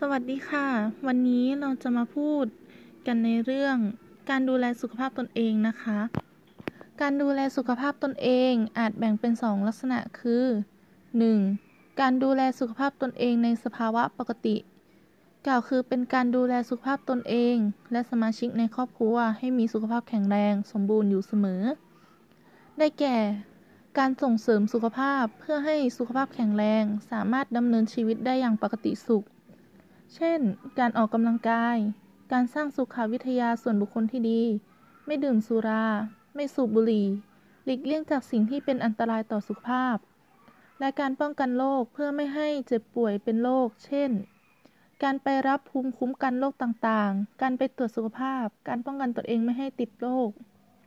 วัสดีค่ะ วันนี้เราจะมาพูดกันในเรื่องการดูแลสุขภาพตนเองนะคะ การดูแลสุขภาพตนเองอาจแบ่งเป็น2ลักษณะคือ 1. การดูแลสุขภาพตนเองในสภาวะปกติกล่าวคือเป็นการดูแลสุขภาพตนเองและสมาชิกในครอบครัวให้มีสุขภาพแข็งแรงสมบูรณ์อยู่เสมอ ได้แก่ การส่งเสริมสุขภาพเพื่อให้สุขภาพแข็งแรงสามารถดำเนินชีวิตได้อย่างปกติสุขเช่น การออกกำลังกาย การสร้างสุขวิทยาส่วนบุคคลที่ดี ไม่ดื่มสุรา ไม่สูบบุหรี่ หลีกเลี่ยงจากสิ่งที่เป็นอันตรายต่อสุขภาพ และการป้องกันโรคเพื่อไม่ให้เจ็บป่วยเป็นโรค เช่น การไปรับภูมิคุ้มกันโรคต่างๆ การไปตรวจสุขภาพ การป้องกันตนเองไม่ให้ติดโรค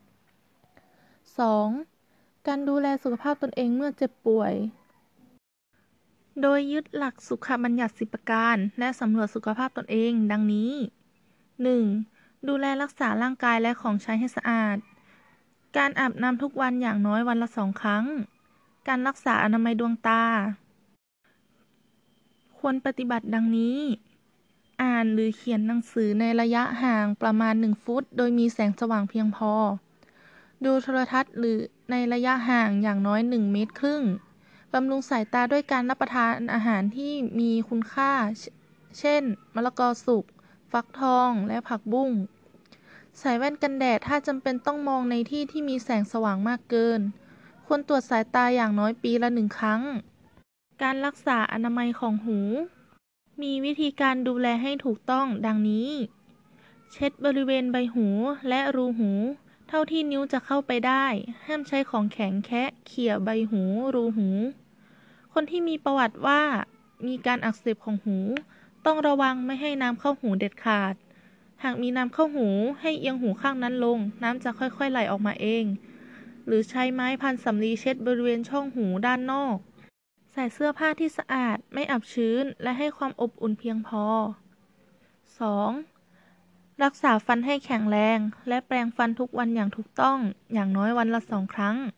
2. การดูแลสุขภาพตนเองเมื่อเจ็บป่วยโดยยึดหลักสุขบัญญัติ10 ประการและสำรวจสุขภาพตนเองดังนี้ 1. ดูแลรักษาร่างกายและของใช้ให้สะอาด การอาบน้ำทุกวันอย่างน้อยวันละ 2 ครั้ง การรักษาอนามัยดวงตา ควรปฏิบัติดังนี้ อ่านหรือเขียนหนังสือในระยะห่างประมาณ 1 ฟุตโดยมีแสงสว่างเพียงพอ ดูโทรทัศน์หรือในระยะห่างอย่างน้อย 1 เมตรครึ่งบำรุงสายตาด้วยการรับประทานอาหารที่มีคุณค่า เช่น มะละกอสุก ฟักทอง และผักบุ้ง ใส่แว่นกันแดดถ้าจำเป็นต้องมองในที่ที่มีแสงสว่างมากเกิน ควรตรวจสายตาอย่างน้อยปีละ 1 ครั้ง การรักษาอนามัยของหู มีวิธีการดูแลให้ถูกต้องดังนี้ เช็ดบริเวณใบหูและรูหูเท่าที่นิ้วจะเข้าไปได้ ห้ามใช้ของแข็งแคะเขี่ยใบหู รูหู คนที่มีประวัติว่ามีการอักเสบของหู ต้องระวังไม่ให้น้ำเข้าหูเด็ดขาด หากมีน้ำเข้าหูให้เอียงหูข้างนั้นลง น้ำจะค่อยๆไหลออกมาเอง หรือใช้ไม้พันสำลีเช็ดบริเวณช่องหูด้านนอก ใส่เสื้อผ้าที่สะอาดไม่อับชื้นและให้ความอบอุ่นเพียงพอ 2. รักษาฟันให้แข็งแรงและแปรงฟันทุกวันอย่างถูกต้องอย่างน้อยวันละ 2 ครั้ง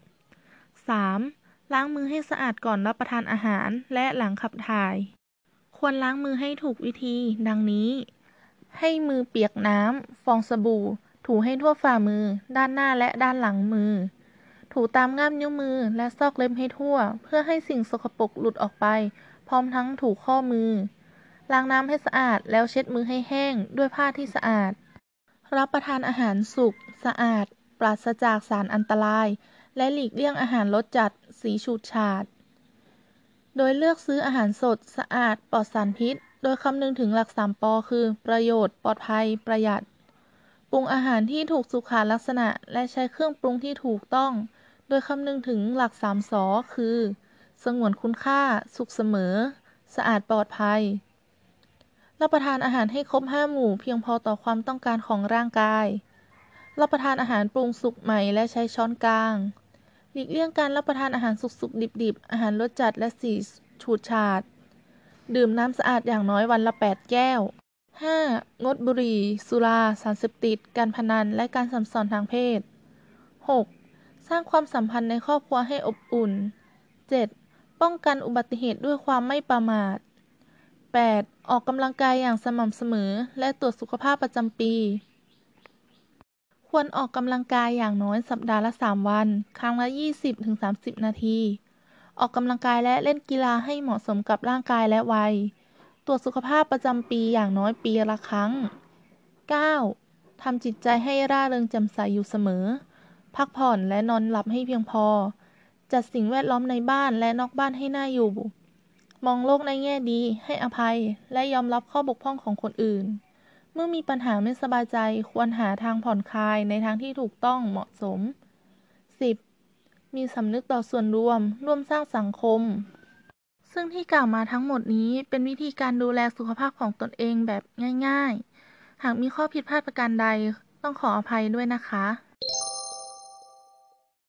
3. ล้างมือให้สะอาดก่อนรับประทานอาหารและหลังขับถ่าย ควรล้างมือให้ถูกวิธีดังนี้ ให้มือเปียกน้ำฟองสบู่ถูให้ทั่วฝ่ามือด้านหน้าและด้านหลังมือ ถูตามง่ามนิ้วมือและซอกเล็บให้ทั่วเพื่อให้สิ่งสกปรกหลุดออกไปพร้อมทั้งถูข้อมือล้างน้ำให้สะอาดแล้วเช็ดมือให้แห้งด้วยผ้าที่สะอาดรับประทานอาหารสุกสะอาดปราศจากสารอันตรายและหลีกเลี่ยงอาหารรสจัดสีฉูดฉาดโดยเลือกซื้ออาหารสดสะอาดปลอดสารพิษโดยคำนึงถึงหลัก3 ป.คือประโยชน์ปลอดภัยประหยัดปรุงอาหารที่ถูกสุขลักษณะและใช้เครื่องปรุงที่ถูกต้องโดยคำนึงถึงหลัก3 ส.คือสงวนคุณค่าสุขเสมอสะอาดปลอดภัยรับประทานอาหารให้ครบ5 หมู่เพียงพอต่อความต้องการของร่างกายรับประทานอาหารปรุงสุกใหม่และใช้ช้อนกลางหลีกเลี่ยงการรับประทานอาหารสุกๆดิบๆอาหารรสจัดและสีฉูดฉาดดื่มน้ำสะอาดอย่างน้อยวันละ 8 แก้ว 5. งดบุหรี่สุราสารเสพติดการพนันและการสั่งสอนทางเพศ 6. สร้างความสัมพันธ์ในครอบครัวให้อบอุ่น 7. ป้องกันอุบัติเหตุด้วยความไม่ประมาท 8. ออกกำลังกายอย่างสม่ำเสมอและตรวจสุขภาพประจำปีควรออกกำลังกายอย่างน้อยสัปดาห์ละ 3 วันครั้งละ 20-30 นาทีออกกำลังกายและเล่นกีฬาให้เหมาะสมกับร่างกายและวัยตรวจสุขภาพประจำปีอย่างน้อยปีละครั้ง 9. ทำจิตใจให้ร่าเริงแจ่มใสอยู่เสมอพักผ่อนและนอนหลับให้เพียงพอจัดสิ่งแวดล้อมในบ้านและนอกบ้านให้น่าอยู่มองโลกในแง่ดีให้อภัยและยอมรับข้อบกพร่องของคนอื่นเมื่อมีปัญหาไม่สบายใจควรหาทางผ่อนคลายในทางที่ถูกต้องเหมาะสม 10. มีสำนึกต่อส่วนรวมร่วมสร้างสังคมซึ่งที่กล่าวมาทั้งหมดนี้เป็นวิธีการดูแลสุขภาพของตนเองแบบง่ายๆหากมีข้อผิดพลาดประการใดต้องขออภัยด้วยนะคะ